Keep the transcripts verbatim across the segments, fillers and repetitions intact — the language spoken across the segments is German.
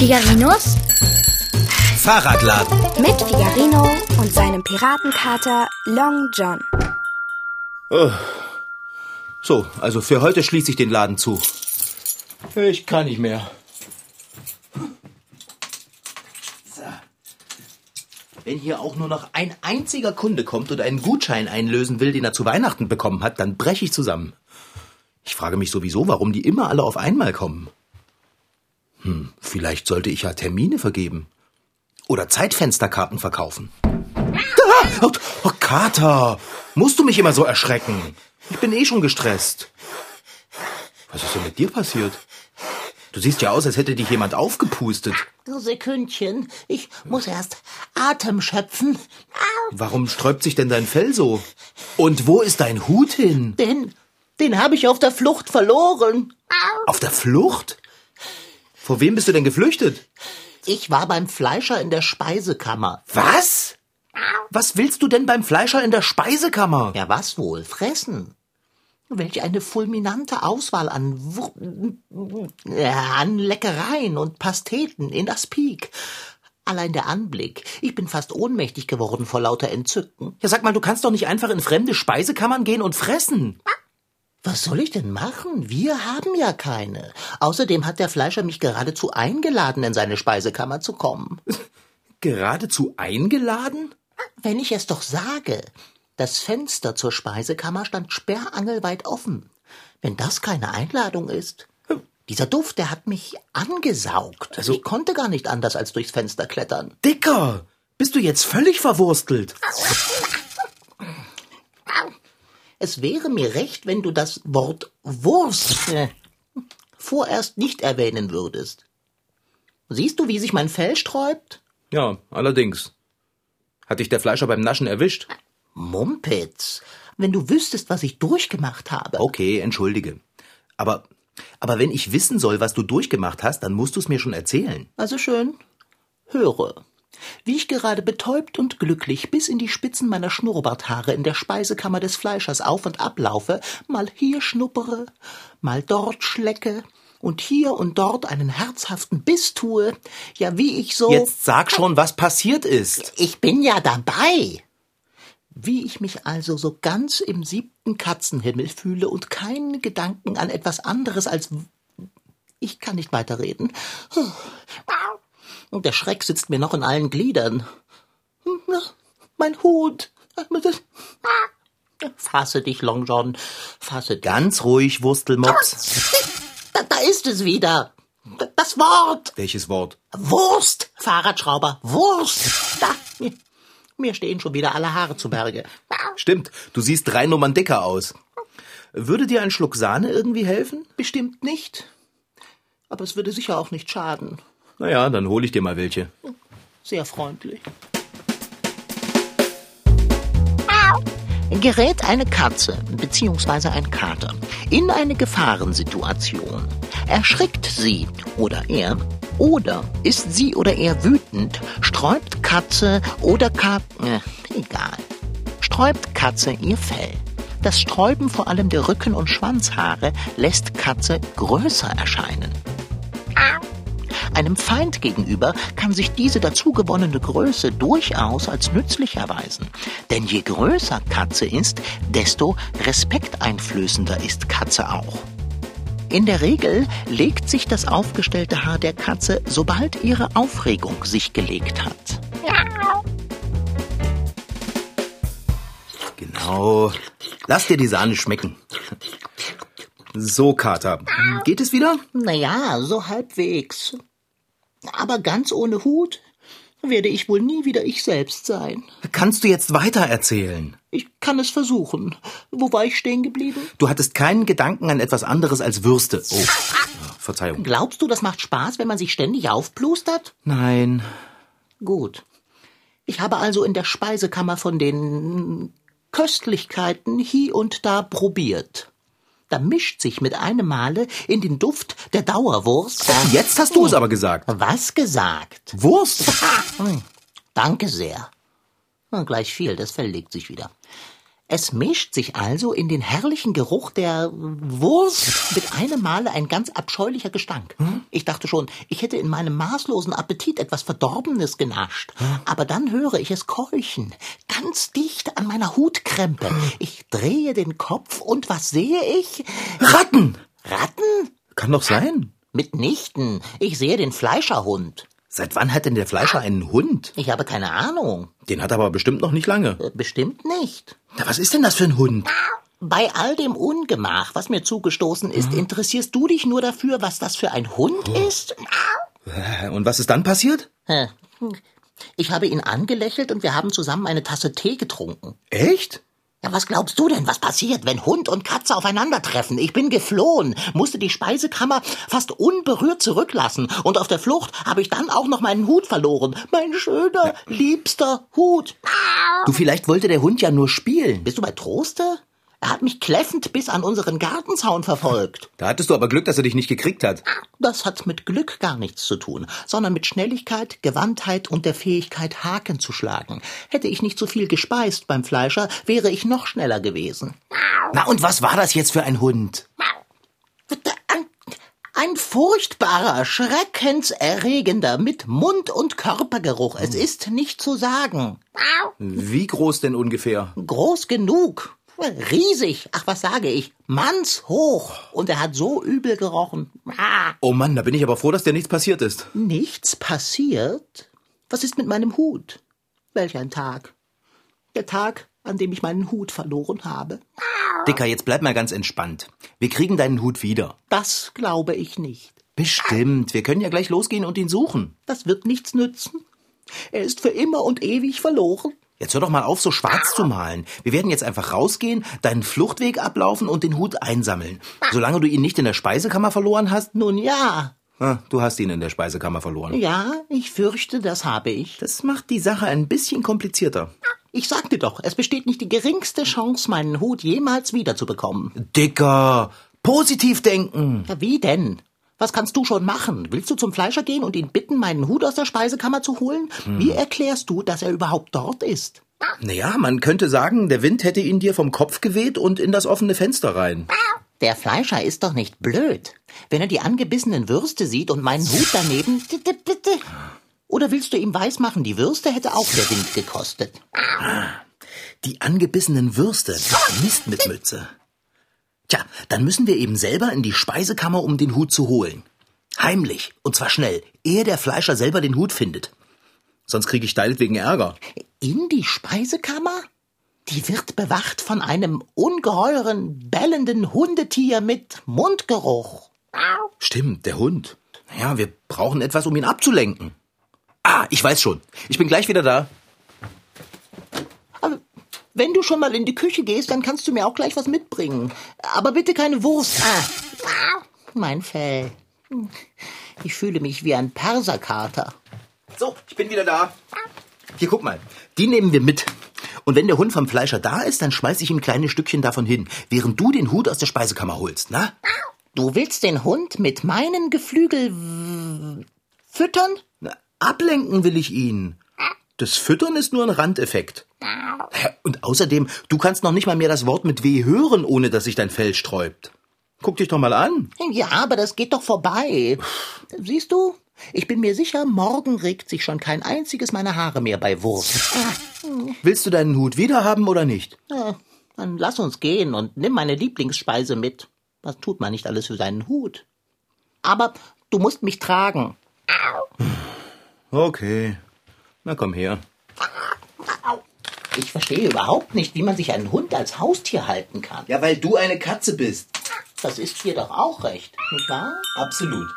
Figarinos Fahrradladen mit Figarino und seinem Piratenkater Long John. Oh. So, also für heute schließe ich den Laden zu. Ich kann nicht mehr. So. Wenn hier auch nur noch ein einziger Kunde kommt und einen Gutschein einlösen will, den er zu Weihnachten bekommen hat, dann breche ich zusammen. Ich frage mich sowieso, warum die immer alle auf einmal kommen. Hm, vielleicht sollte ich ja Termine vergeben. Oder Zeitfensterkarten verkaufen. Ah, oh, oh, Kater, musst du mich immer so erschrecken? Ich bin eh schon gestresst. Was ist denn mit dir passiert? Du siehst ja aus, als hätte dich jemand aufgepustet. Sekündchen, ich muss erst Atem schöpfen. Warum sträubt sich denn dein Fell so? Und wo ist dein Hut hin? Den, den habe ich auf der Flucht verloren. Auf der Flucht? Vor wem bist du denn geflüchtet? Ich war beim Fleischer in der Speisekammer. Was? Was willst du denn beim Fleischer in der Speisekammer? Ja, was wohl? Fressen. Welch eine fulminante Auswahl an, Wur ja, an Leckereien und Pasteten in Aspik. Allein der Anblick. Ich bin fast ohnmächtig geworden vor lauter Entzücken. Ja, sag mal, du kannst doch nicht einfach in fremde Speisekammern gehen und fressen. Was soll ich denn machen? Wir haben ja keine. Außerdem hat der Fleischer mich geradezu eingeladen, in seine Speisekammer zu kommen. Geradezu eingeladen? Wenn ich es doch sage. Das Fenster zur Speisekammer stand sperrangelweit offen. Wenn das keine Einladung ist. Dieser Duft, der hat mich angesaugt. Also, ich konnte gar nicht anders als durchs Fenster klettern. Dicker, bist du jetzt völlig verwurstelt? Es wäre mir recht, wenn du das Wort Wurst äh, vorerst nicht erwähnen würdest. Siehst du, wie sich mein Fell sträubt? Ja, allerdings. Hat dich der Fleischer beim Naschen erwischt? Mumpitz, wenn du wüsstest, was ich durchgemacht habe. Okay, entschuldige. Aber, aber wenn ich wissen soll, was du durchgemacht hast, dann musst du es mir schon erzählen. Also schön, höre. Wie ich gerade betäubt und glücklich bis in die Spitzen meiner Schnurrbarthaare in der Speisekammer des Fleischers auf und ablaufe, mal hier schnuppere, mal dort schlecke und hier und dort einen herzhaften Biss tue, ja wie ich so... Jetzt sag schon, was passiert ist. Ich bin ja dabei. Wie ich mich also so ganz im siebten Katzenhimmel fühle und keinen Gedanken an etwas anderes als... Ich kann nicht weiterreden. Und der Schreck sitzt mir noch in allen Gliedern. Mein Hut. Fasse dich, Long John. Fasse dich. Ganz ruhig, Wurstelmops. Da, da ist es wieder. Das Wort. Welches Wort? Wurst, Fahrradschrauber. Wurst. Da. Mir, mir stehen schon wieder alle Haare zu Berge. Stimmt, du siehst drei Nummern dicker aus. Würde dir ein Schluck Sahne irgendwie helfen? Bestimmt nicht. Aber es würde sicher auch nicht schaden. Naja, dann hole ich dir mal welche. Sehr freundlich. Gerät eine Katze bzw. ein Kater in eine Gefahrensituation. Erschrickt sie oder er oder ist sie oder er wütend, sträubt Katze oder Kat... Äh, egal. Sträubt Katze ihr Fell. Das Sträuben vor allem der Rücken- und Schwanzhaare lässt Katze größer erscheinen. Einem Feind gegenüber kann sich diese dazugewonnene Größe durchaus als nützlich erweisen. Denn je größer Katze ist, desto respekteinflößender ist Katze auch. In der Regel legt sich das aufgestellte Haar der Katze, sobald ihre Aufregung sich gelegt hat. Genau. Lass dir die Sahne schmecken. So, Kater. Geht es wieder? Naja, so halbwegs. Aber ganz ohne Hut werde ich wohl nie wieder ich selbst sein. Kannst du jetzt weiter erzählen? Ich kann es versuchen. Wo war ich stehen geblieben? Du hattest keinen Gedanken an etwas anderes als Würste. Oh, Verzeihung. Glaubst du, das macht Spaß, wenn man sich ständig aufplustert? Nein. Gut. Ich habe also in der Speisekammer von den Köstlichkeiten hie und da probiert. Da mischt sich mit einem Male in den Duft der Dauerwurst... Jetzt hast du es aber gesagt. Was gesagt? Wurst? Hm, danke sehr. Gleich viel, das Fell legt sich wieder. Es mischt sich also in den herrlichen Geruch der Wurst mit einem Male ein ganz abscheulicher Gestank. Hm? Ich dachte schon, ich hätte in meinem maßlosen Appetit etwas Verdorbenes genascht. Hm? Aber dann höre ich es keuchen, ganz dicht an meiner Hutkrempe. Hm. Ich drehe den Kopf und was sehe ich? Ratten! Ratten? Kann doch sein. Mitnichten. Ich sehe den Fleischerhund. Seit wann hat denn der Fleischer einen Hund? Ich habe keine Ahnung. Den hat er aber bestimmt noch nicht lange. Äh, bestimmt nicht. Na, was ist denn das für ein Hund? Bei all dem Ungemach, was mir zugestoßen ist, mhm. interessierst du dich nur dafür, was das für ein Hund oh. ist? Und was ist dann passiert? Ich habe ihn angelächelt und wir haben zusammen eine Tasse Tee getrunken. Echt? Ja, was glaubst du denn, was passiert, wenn Hund und Katze aufeinandertreffen? Ich bin geflohen, musste die Speisekammer fast unberührt zurücklassen. Und auf der Flucht habe ich dann auch noch meinen Hut verloren. Mein schöner, ja. liebster Hut. Du, vielleicht wollte der Hund ja nur spielen. Bist du bei Troste? Er hat mich kläffend bis an unseren Gartenzaun verfolgt. Da hattest du aber Glück, dass er dich nicht gekriegt hat. Das hat mit Glück gar nichts zu tun, sondern mit Schnelligkeit, Gewandtheit und der Fähigkeit, Haken zu schlagen. Hätte ich nicht so viel gespeist beim Fleischer, wäre ich noch schneller gewesen. Na, und was war das jetzt für ein Hund? Ein, ein furchtbarer, schreckenserregender, mit Mund- und Körpergeruch. Es ist nicht zu sagen. Wie groß denn ungefähr? Groß genug. Riesig, ach was sage ich, mannshoch. Und er hat so übel gerochen. Ah. Oh Mann, da bin ich aber froh, dass dir nichts passiert ist. Nichts passiert? Was ist mit meinem Hut? Welch ein Tag. Der Tag, an dem ich meinen Hut verloren habe. Dicker, jetzt bleib mal ganz entspannt. Wir kriegen deinen Hut wieder. Das glaube ich nicht. Bestimmt, wir können ja gleich losgehen und ihn suchen. Das wird nichts nützen. Er ist für immer und ewig verloren. Jetzt hör doch mal auf, so schwarz zu malen. Wir werden jetzt einfach rausgehen, deinen Fluchtweg ablaufen und den Hut einsammeln. Solange du ihn nicht in der Speisekammer verloren hast? Nun ja. Ah, du hast ihn in der Speisekammer verloren. Ja, ich fürchte, das habe ich. Das macht die Sache ein bisschen komplizierter. Ich sagte doch, es besteht nicht die geringste Chance, meinen Hut jemals wiederzubekommen. Dicker, positiv denken. Ja, wie denn? Was kannst du schon machen? Willst du zum Fleischer gehen und ihn bitten, meinen Hut aus der Speisekammer zu holen? Hm. Wie erklärst du, dass er überhaupt dort ist? Naja, man könnte sagen, der Wind hätte ihn dir vom Kopf geweht und in das offene Fenster rein. Der Fleischer ist doch nicht blöd. Wenn er die angebissenen Würste sieht und meinen Hut daneben... Bitte, bitte. Oder willst du ihm weismachen, die Würste hätte auch der Wind gekostet? Die angebissenen Würste. Mist mit Mütze. Tja, dann müssen wir eben selber in die Speisekammer, um den Hut zu holen. Heimlich, und zwar schnell, ehe der Fleischer selber den Hut findet. Sonst kriege ich deinetwegen Ärger. In die Speisekammer? Die wird bewacht von einem ungeheuren, bellenden Hundetier mit Mundgeruch. Stimmt, der Hund. Naja, wir brauchen etwas, um ihn abzulenken. Ah, ich weiß schon. Ich bin gleich wieder da. Aber wenn du schon mal in die Küche gehst, dann kannst du mir auch gleich was mitbringen. Aber bitte keine Wurst. Ah, mein Fell. Ich fühle mich wie ein Perserkater. So, ich bin wieder da. Hier, guck mal. Die nehmen wir mit. Und wenn der Hund vom Fleischer da ist, dann schmeiß ich ihm kleine Stückchen davon hin, während du den Hut aus der Speisekammer holst, na? Du willst den Hund mit meinen Geflügel füttern? Na, ablenken will ich ihn. Das Füttern ist nur ein Randeffekt. Und außerdem, du kannst noch nicht mal mehr das Wort mit W hören, ohne dass sich dein Fell sträubt. Guck dich doch mal an. Ja, aber das geht doch vorbei. Siehst du? Ich bin mir sicher, morgen regt sich schon kein einziges meiner Haare mehr bei Wurst. Willst du deinen Hut wiederhaben oder nicht? Ja, dann lass uns gehen und nimm meine Lieblingsspeise mit. Was tut man nicht alles für seinen Hut? Aber du musst mich tragen. Okay. Na komm her. Ich verstehe überhaupt nicht, wie man sich einen Hund als Haustier halten kann. Ja, weil du eine Katze bist. Das ist dir doch auch recht, nicht wahr? Absolut.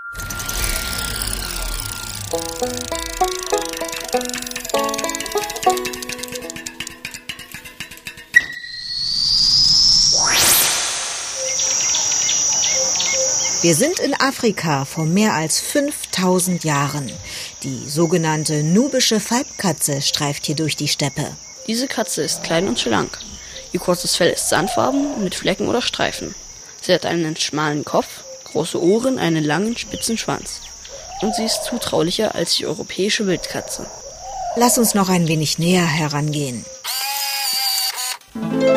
Wir sind in Afrika vor mehr als fünftausend Jahren. Die sogenannte nubische Falbkatze streift hier durch die Steppe. Diese Katze ist klein und schlank. Ihr kurzes Fell ist sandfarben mit Flecken oder Streifen. Sie hat einen schmalen Kopf, große Ohren, einen langen, spitzen Schwanz. Und sie ist zutraulicher als die europäische Wildkatze. Lass uns noch ein wenig näher herangehen.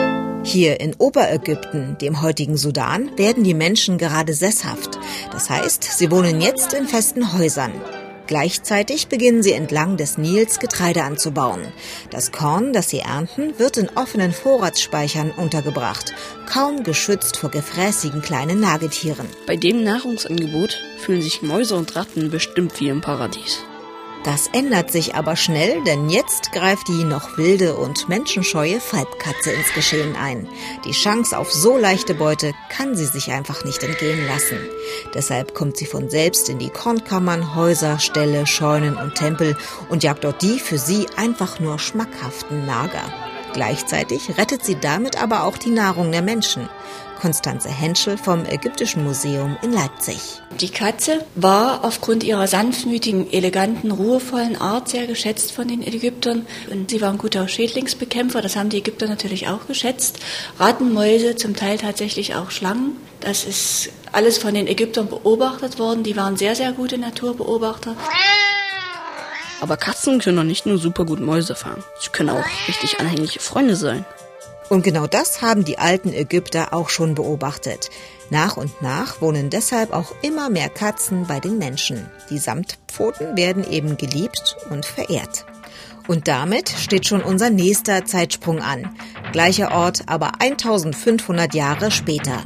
Hier in Oberägypten, dem heutigen Sudan, werden die Menschen gerade sesshaft. Das heißt, sie wohnen jetzt in festen Häusern. Gleichzeitig beginnen sie entlang des Nils Getreide anzubauen. Das Korn, das sie ernten, wird in offenen Vorratsspeichern untergebracht, kaum geschützt vor gefräßigen kleinen Nagetieren. Bei dem Nahrungsangebot fühlen sich Mäuse und Ratten bestimmt wie im Paradies. Das ändert sich aber schnell, denn jetzt greift die noch wilde und menschenscheue Falbkatze ins Geschehen ein. Die Chance auf so leichte Beute kann sie sich einfach nicht entgehen lassen. Deshalb kommt sie von selbst in die Kornkammern, Häuser, Ställe, Scheunen und Tempel und jagt dort die für sie einfach nur schmackhaften Nager. Gleichzeitig rettet sie damit aber auch die Nahrung der Menschen. Konstanze Henschel vom Ägyptischen Museum in Leipzig. Die Katze war aufgrund ihrer sanftmütigen, eleganten, ruhevollen Art sehr geschätzt von den Ägyptern. Und sie war ein guter Schädlingsbekämpfer, das haben die Ägypter natürlich auch geschätzt. Ratten, Mäuse, zum Teil tatsächlich auch Schlangen. Das ist alles von den Ägyptern beobachtet worden. Die waren sehr, sehr gute Naturbeobachter. Aber Katzen können doch nicht nur super gut Mäuse fangen. Sie können auch richtig anhängliche Freunde sein. Und genau das haben die alten Ägypter auch schon beobachtet. Nach und nach wohnen deshalb auch immer mehr Katzen bei den Menschen. Die Samtpfoten werden eben geliebt und verehrt. Und damit steht schon unser nächster Zeitsprung an. Gleicher Ort, aber eintausendfünfhundert Jahre später.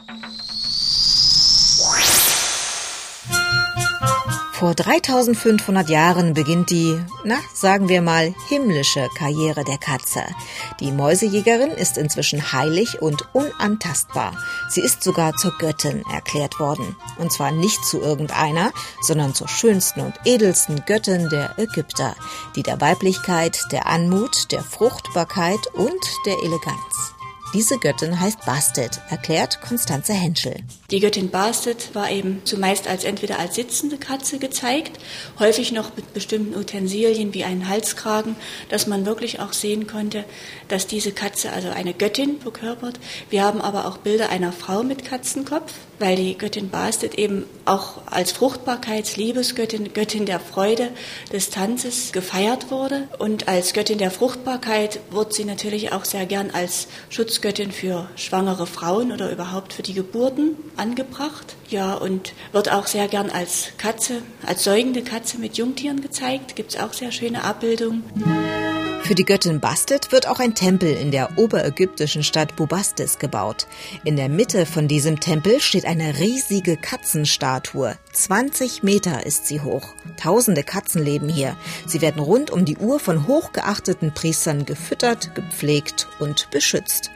Vor dreitausendfünfhundert Jahren beginnt die, na, sagen wir mal, himmlische Karriere der Katze. Die Mäusejägerin ist inzwischen heilig und unantastbar. Sie ist sogar zur Göttin erklärt worden. Und zwar nicht zu irgendeiner, sondern zur schönsten und edelsten Göttin der Ägypter, die der Weiblichkeit, der Anmut, der Fruchtbarkeit und der Eleganz. Diese Göttin heißt Bastet, erklärt Konstanze Henschel. Die Göttin Bastet war eben zumeist als entweder als sitzende Katze gezeigt, häufig noch mit bestimmten Utensilien wie einen Halskragen, dass man wirklich auch sehen konnte, dass diese Katze also eine Göttin verkörpert. Wir haben aber auch Bilder einer Frau mit Katzenkopf, weil die Göttin Bastet eben auch als Fruchtbarkeits-, Liebesgöttin, Göttin der Freude, des Tanzes gefeiert wurde. Und als Göttin der Fruchtbarkeit wurde sie natürlich auch sehr gern als Schutzgöttin für schwangere Frauen oder überhaupt für die Geburten angebracht. Ja, und wird auch sehr gern als Katze, als säugende Katze mit Jungtieren gezeigt. Gibt es auch sehr schöne Abbildungen. Für die Göttin Bastet wird auch ein Tempel in der oberägyptischen Stadt Bubastis gebaut. In der Mitte von diesem Tempel steht eine riesige Katzenstatue. zwanzig Meter ist sie hoch. Tausende Katzen leben hier. Sie werden rund um die Uhr von hochgeachteten Priestern gefüttert, gepflegt und beschützt.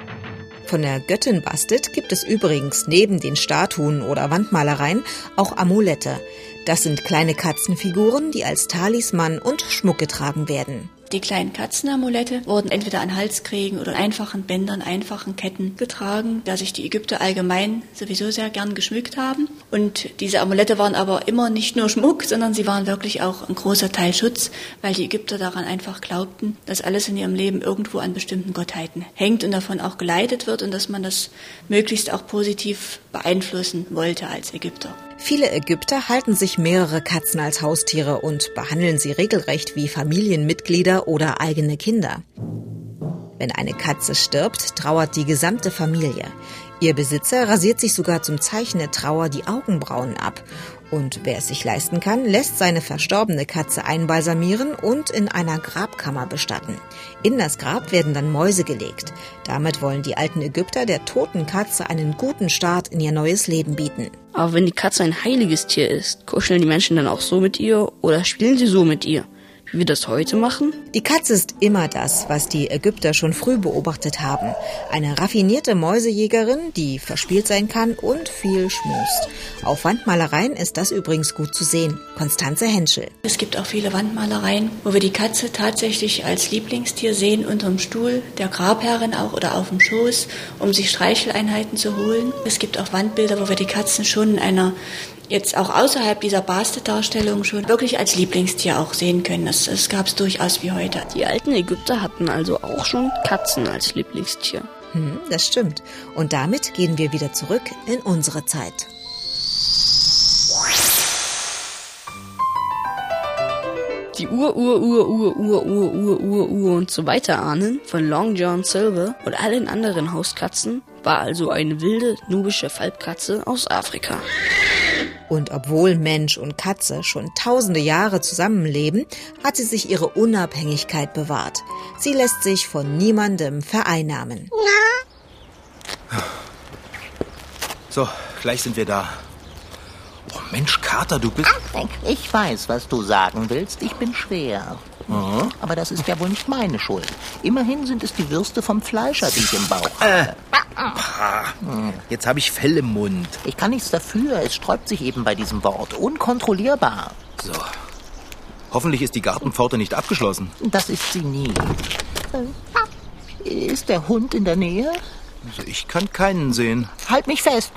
Von der Göttin Bastet gibt es übrigens neben den Statuen oder Wandmalereien auch Amulette. Das sind kleine Katzenfiguren, die als Talisman und Schmuck getragen werden. Die kleinen Katzenamulette wurden entweder an Halskriegen oder einfachen Bändern, einfachen Ketten getragen, da sich die Ägypter allgemein sowieso sehr gern geschmückt haben. Und diese Amulette waren aber immer nicht nur Schmuck, sondern sie waren wirklich auch ein großer Teil Schutz, weil die Ägypter daran einfach glaubten, dass alles in ihrem Leben irgendwo an bestimmten Gottheiten hängt und davon auch geleitet wird und dass man das möglichst auch positiv beeinflussen wollte als Ägypter. Viele Ägypter halten sich mehrere Katzen als Haustiere und behandeln sie regelrecht wie Familienmitglieder oder eigene Kinder. Wenn eine Katze stirbt, trauert die gesamte Familie. Ihr Besitzer rasiert sich sogar zum Zeichen der Trauer die Augenbrauen ab. Und wer es sich leisten kann, lässt seine verstorbene Katze einbalsamieren und in einer Grabkammer bestatten. In das Grab werden dann Mäuse gelegt. Damit wollen die alten Ägypter der toten Katze einen guten Start in ihr neues Leben bieten. Aber wenn die Katze ein heiliges Tier ist, kuscheln die Menschen dann auch so mit ihr oder spielen sie so mit ihr? Wie wir das heute machen? Die Katze ist immer das, was die Ägypter schon früh beobachtet haben. Eine raffinierte Mäusejägerin, die verspielt sein kann und viel schmust. Auf Wandmalereien ist das übrigens gut zu sehen. Konstanze Henschel. Es gibt auch viele Wandmalereien, wo wir die Katze tatsächlich als Lieblingstier sehen, unterm Stuhl, der Grabherrin auch oder auf dem Schoß, um sich Streicheleinheiten zu holen. Es gibt auch Wandbilder, wo wir die Katzen schon in einer jetzt auch außerhalb dieser Bastet-Darstellung schon wirklich als Lieblingstier auch sehen können. Das, das gab es durchaus wie heute. Die alten Ägypter hatten also auch schon Katzen als Lieblingstier. Hm, das stimmt. Und damit gehen wir wieder zurück in unsere Zeit. Die Ur-Ur-Ur-Ur-Ur-Ur-Ur-Ur und so weiter ahnen von Long John Silver und allen anderen Hauskatzen, war also eine wilde nubische Falbkatze aus Afrika. Und obwohl Mensch und Katze schon tausende Jahre zusammenleben, hat sie sich ihre Unabhängigkeit bewahrt. Sie lässt sich von niemandem vereinnahmen. So, gleich sind wir da. Oh Mensch, Kater, du bist... Ich weiß, was du sagen willst. Ich bin schwer. Mhm. Aber das ist ja wohl nicht meine Schuld. Immerhin sind es die Würste vom Fleischer, die ich im Bauch habe. Äh. Jetzt habe ich Fell im Mund. Ich kann nichts dafür. Es sträubt sich eben bei diesem Wort. Unkontrollierbar. So. Hoffentlich ist die Gartenpforte nicht abgeschlossen. Das ist sie nie. Ist der Hund in der Nähe? Also ich kann keinen sehen. Halt mich fest.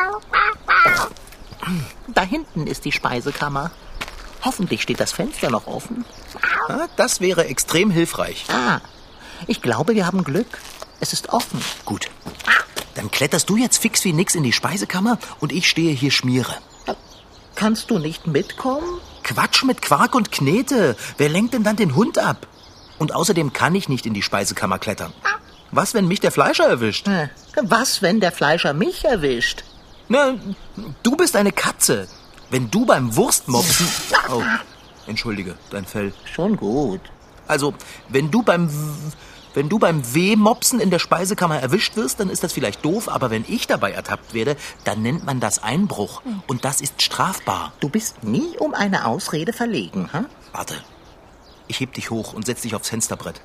Da hinten ist die Speisekammer. Hoffentlich steht das Fenster noch offen. Ja, das wäre extrem hilfreich. Ah, ich glaube, wir haben Glück. Es ist offen. Gut. Dann kletterst du jetzt fix wie nix in die Speisekammer und ich stehe hier schmiere. Kannst du nicht mitkommen? Quatsch mit Quark und Knete. Wer lenkt denn dann den Hund ab? Und außerdem kann ich nicht in die Speisekammer klettern. Was, wenn mich der Fleischer erwischt? Was, wenn der Fleischer mich erwischt? Na, du bist eine Katze. Wenn du beim Wurstmopsen... Oh, entschuldige, dein Fell. Schon gut. Also, wenn du beim... Wenn du beim Wehmopsen in der Speisekammer erwischt wirst, dann ist das vielleicht doof, aber wenn ich dabei ertappt werde, dann nennt man das Einbruch. Und das ist strafbar. Du bist nie um eine Ausrede verlegen, hm? Warte. Ich heb dich hoch und setz dich aufs Fensterbrett.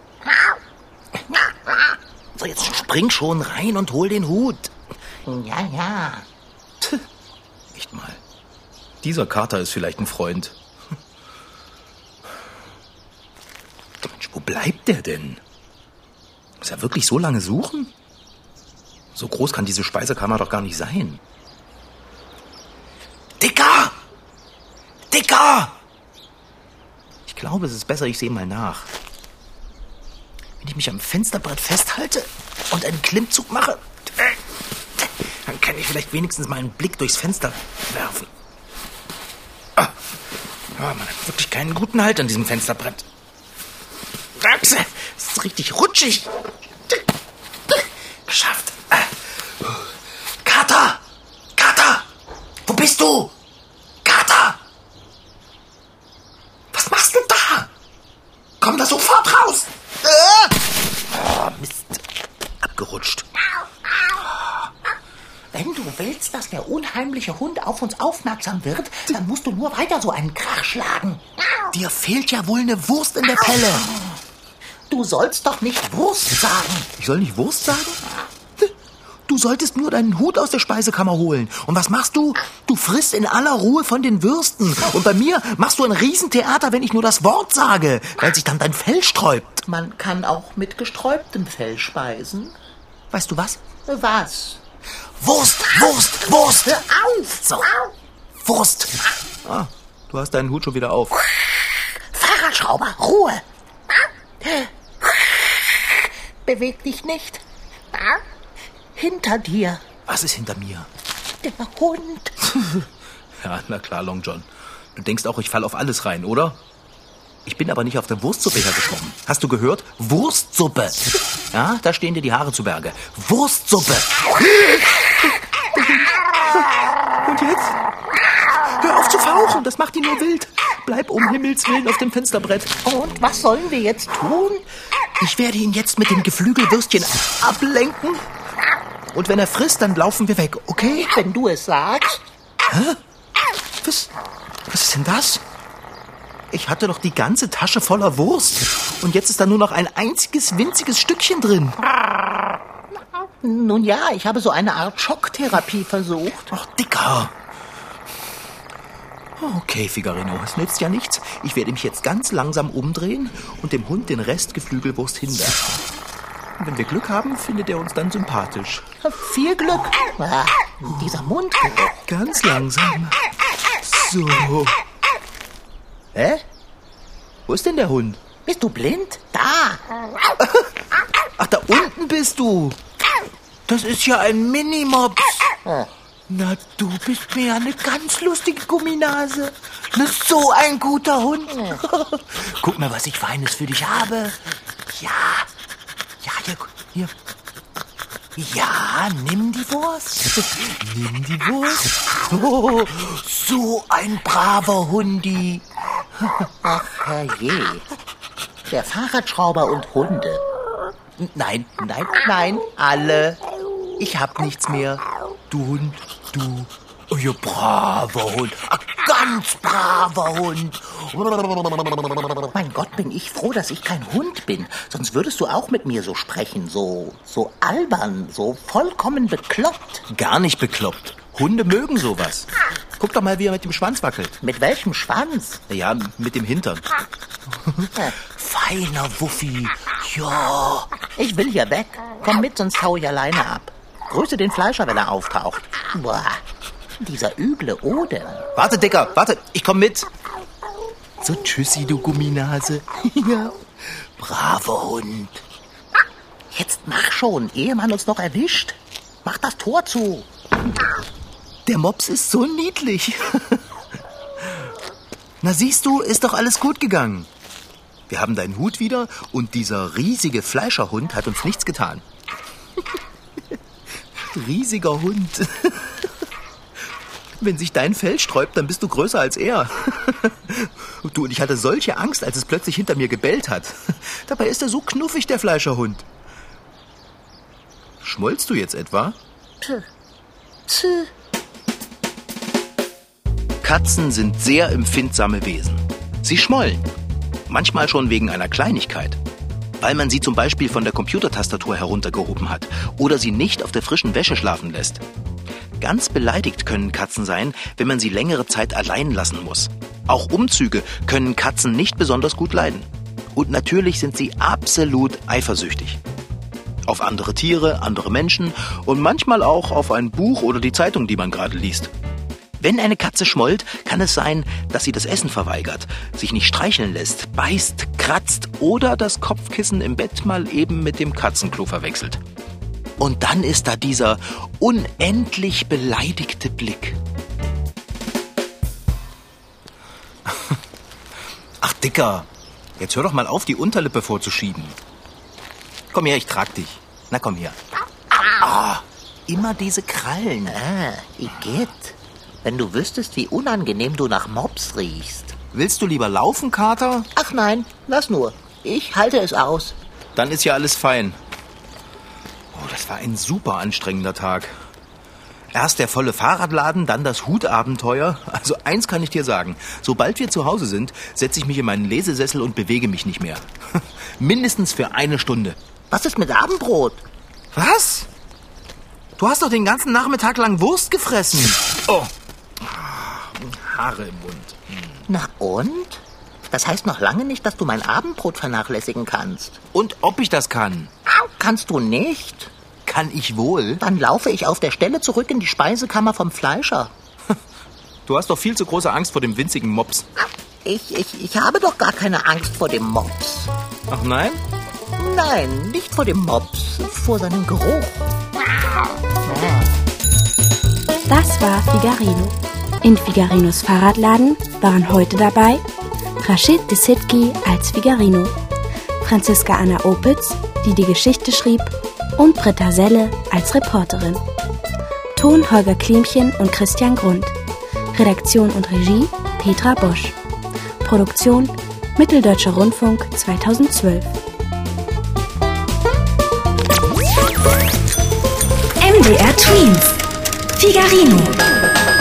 So, jetzt spring schon rein und hol den Hut. Ja, ja. Echt mal. Dieser Kater ist vielleicht ein Freund. Mensch, wo bleibt der denn? Muss er wirklich so lange suchen? So groß kann diese Speisekammer doch gar nicht sein. Dicker! Dicker! Ich glaube, es ist besser, ich sehe mal nach. Wenn ich mich am Fensterbrett festhalte und einen Klimmzug mache, dann kann ich vielleicht wenigstens mal einen Blick durchs Fenster werfen. Ah, oh, man hat wirklich keinen guten Halt an diesem Fensterbrett. Das ist richtig rutschig. Geschafft. Kater! Kater! Wo bist du? Kater! Was machst du da? Komm da sofort raus! Oh, Mist. Abgerutscht. Wenn du willst, dass der unheimliche Hund auf uns aufmerksam wird, dann musst du nur weiter so einen Krach schlagen. Dir fehlt ja wohl eine Wurst in der Pelle. Du sollst doch nicht Wurst sagen. Ich soll nicht Wurst sagen? Du solltest nur deinen Hut aus der Speisekammer holen. Und was machst du? Du frisst in aller Ruhe von den Würsten. Und bei mir machst du ein Riesentheater, wenn ich nur das Wort sage, weil sich dann dein Fell sträubt. Man kann auch mit gesträubtem Fell speisen. Weißt du was? Was? Wurst, Wurst, Wurst! Hör auf! So, Wurst! Ah, du hast deinen Hut schon wieder auf. Fahrradschrauber, Ruhe! Beweg dich nicht. Hinter dir. Was ist hinter mir? Der Hund. Ja, na klar, Long John. Du denkst auch, ich fall auf alles rein, oder? Ich bin aber nicht auf der Wurstsuppe hergekommen. Hast du gehört? Wurstsuppe. Ja, da stehen dir die Haare zu Berge. Wurstsuppe. Und jetzt? Hör auf zu fauchen, das macht ihn nur wild. Bleib um Himmels Willen auf dem Fensterbrett. Und was sollen wir jetzt tun? Ich werde ihn jetzt mit dem Geflügelwürstchen ablenken. Und wenn er frisst, dann laufen wir weg, okay? Wenn du es sagst. Hä? Was, was ist denn das? Ich hatte doch die ganze Tasche voller Wurst. Und jetzt ist da nur noch ein einziges winziges Stückchen drin. Nun ja, ich habe so eine Art Schocktherapie versucht. Ach, Dicker. Okay, Figarino, es nützt ja nichts. Ich werde mich jetzt ganz langsam umdrehen und dem Hund den Rest Geflügelwurst hinwerfen. Und wenn wir Glück haben, findet er uns dann sympathisch. Viel Glück. Ah, dieser Mundgeruch. Ganz langsam. So. Hä? Wo ist denn der Hund? Bist du blind? Da. Ach, da unten bist du. Das ist ja ein Minimops. Na, du bist mir ja eine ganz lustige Gumminase. Na, so ein guter Hund. Guck mal, was ich Feines für dich habe. Ja, ja, hier, hier. Ja, nimm die Wurst. Nimm die Wurst. Oh, so ein braver Hundi. Ach, herrje. Der Fahrradschrauber und Hunde. Nein, nein, nein, alle. Ich hab nichts mehr. Du Hund, du. Oh, ihr braver Hund. Ein ganz braver Hund. Mein Gott, bin ich froh, dass ich kein Hund bin. Sonst würdest du auch mit mir so sprechen. So, so albern, so vollkommen bekloppt. Gar nicht bekloppt. Hunde mögen sowas. Guck doch mal, wie er mit dem Schwanz wackelt. Mit welchem Schwanz? Ja, mit dem Hintern. Feiner Wuffi. Ja. Ich will hier weg. Komm mit, sonst hau ich alleine ab. Grüße den Fleischer, wenn er auftaucht. Boah, dieser üble Odem. Warte, Dicker, warte, ich komm mit. So, tschüssi, du Gumminase. Ja, braver Hund. Jetzt mach schon, ehe man uns noch erwischt. Mach das Tor zu. Der Mops ist so niedlich. Na siehst du, ist doch alles gut gegangen. Wir haben deinen Hut wieder und dieser riesige Fleischerhund hat uns nichts getan. Riesiger Hund. Wenn sich dein Fell sträubt, dann bist du größer als er. Du, und ich hatte solche Angst, als es plötzlich hinter mir gebellt hat. Dabei ist er so knuffig, der Fleischerhund. Schmollst du jetzt etwa? Tch. Tch. Katzen sind sehr empfindsame Wesen. Sie schmollen. Manchmal schon wegen einer Kleinigkeit. Weil man sie zum Beispiel von der Computertastatur heruntergehoben hat oder sie nicht auf der frischen Wäsche schlafen lässt. Ganz beleidigt können Katzen sein, wenn man sie längere Zeit allein lassen muss. Auch Umzüge können Katzen nicht besonders gut leiden. Und natürlich sind sie absolut eifersüchtig. Auf andere Tiere, andere Menschen und manchmal auch auf ein Buch oder die Zeitung, die man gerade liest. Wenn eine Katze schmollt, kann es sein, dass sie das Essen verweigert, sich nicht streicheln lässt, beißt, kratzt oder das Kopfkissen im Bett mal eben mit dem Katzenklo verwechselt. Und dann ist da dieser unendlich beleidigte Blick. Ach, Dicker, jetzt hör doch mal auf, die Unterlippe vorzuschieben. Komm her, ich trag dich. Na, komm her. Ah, immer diese Krallen. Ah, Igitt. Wenn du wüsstest, wie unangenehm du nach Mops riechst. Willst du lieber laufen, Kater? Ach nein, lass nur. Ich halte es aus. Dann ist ja alles fein. Oh, das war ein super anstrengender Tag. Erst der volle Fahrradladen, dann das Hutabenteuer. Also eins kann ich dir sagen. Sobald wir zu Hause sind, setze ich mich in meinen Lesesessel und bewege mich nicht mehr. Mindestens für eine Stunde. Was ist mit Abendbrot? Was? Du hast doch den ganzen Nachmittag lang Wurst gefressen. Oh. Haare im Mund. Hm. Na und? Das heißt noch lange nicht, dass du mein Abendbrot vernachlässigen kannst. Und ob ich das kann? Kannst du nicht? Kann ich wohl. Dann laufe ich auf der Stelle zurück in die Speisekammer vom Fleischer. Du hast doch viel zu große Angst vor dem winzigen Mops. Ich, ich, ich habe doch gar keine Angst vor dem Mops. Ach nein? Nein, nicht vor dem Mops, vor seinem Geruch. Das war Figarino. In Figarinos Fahrradladen waren heute dabei Rashid Desitki als Figarino, Franziska Anna Opitz, die die Geschichte schrieb, und Britta Selle als Reporterin. Ton Holger Klimchen und Christian Grund. Redaktion und Regie Petra Bosch. Produktion Mitteldeutscher Rundfunk zweitausendzwölf. M D R Tweens. Figarino.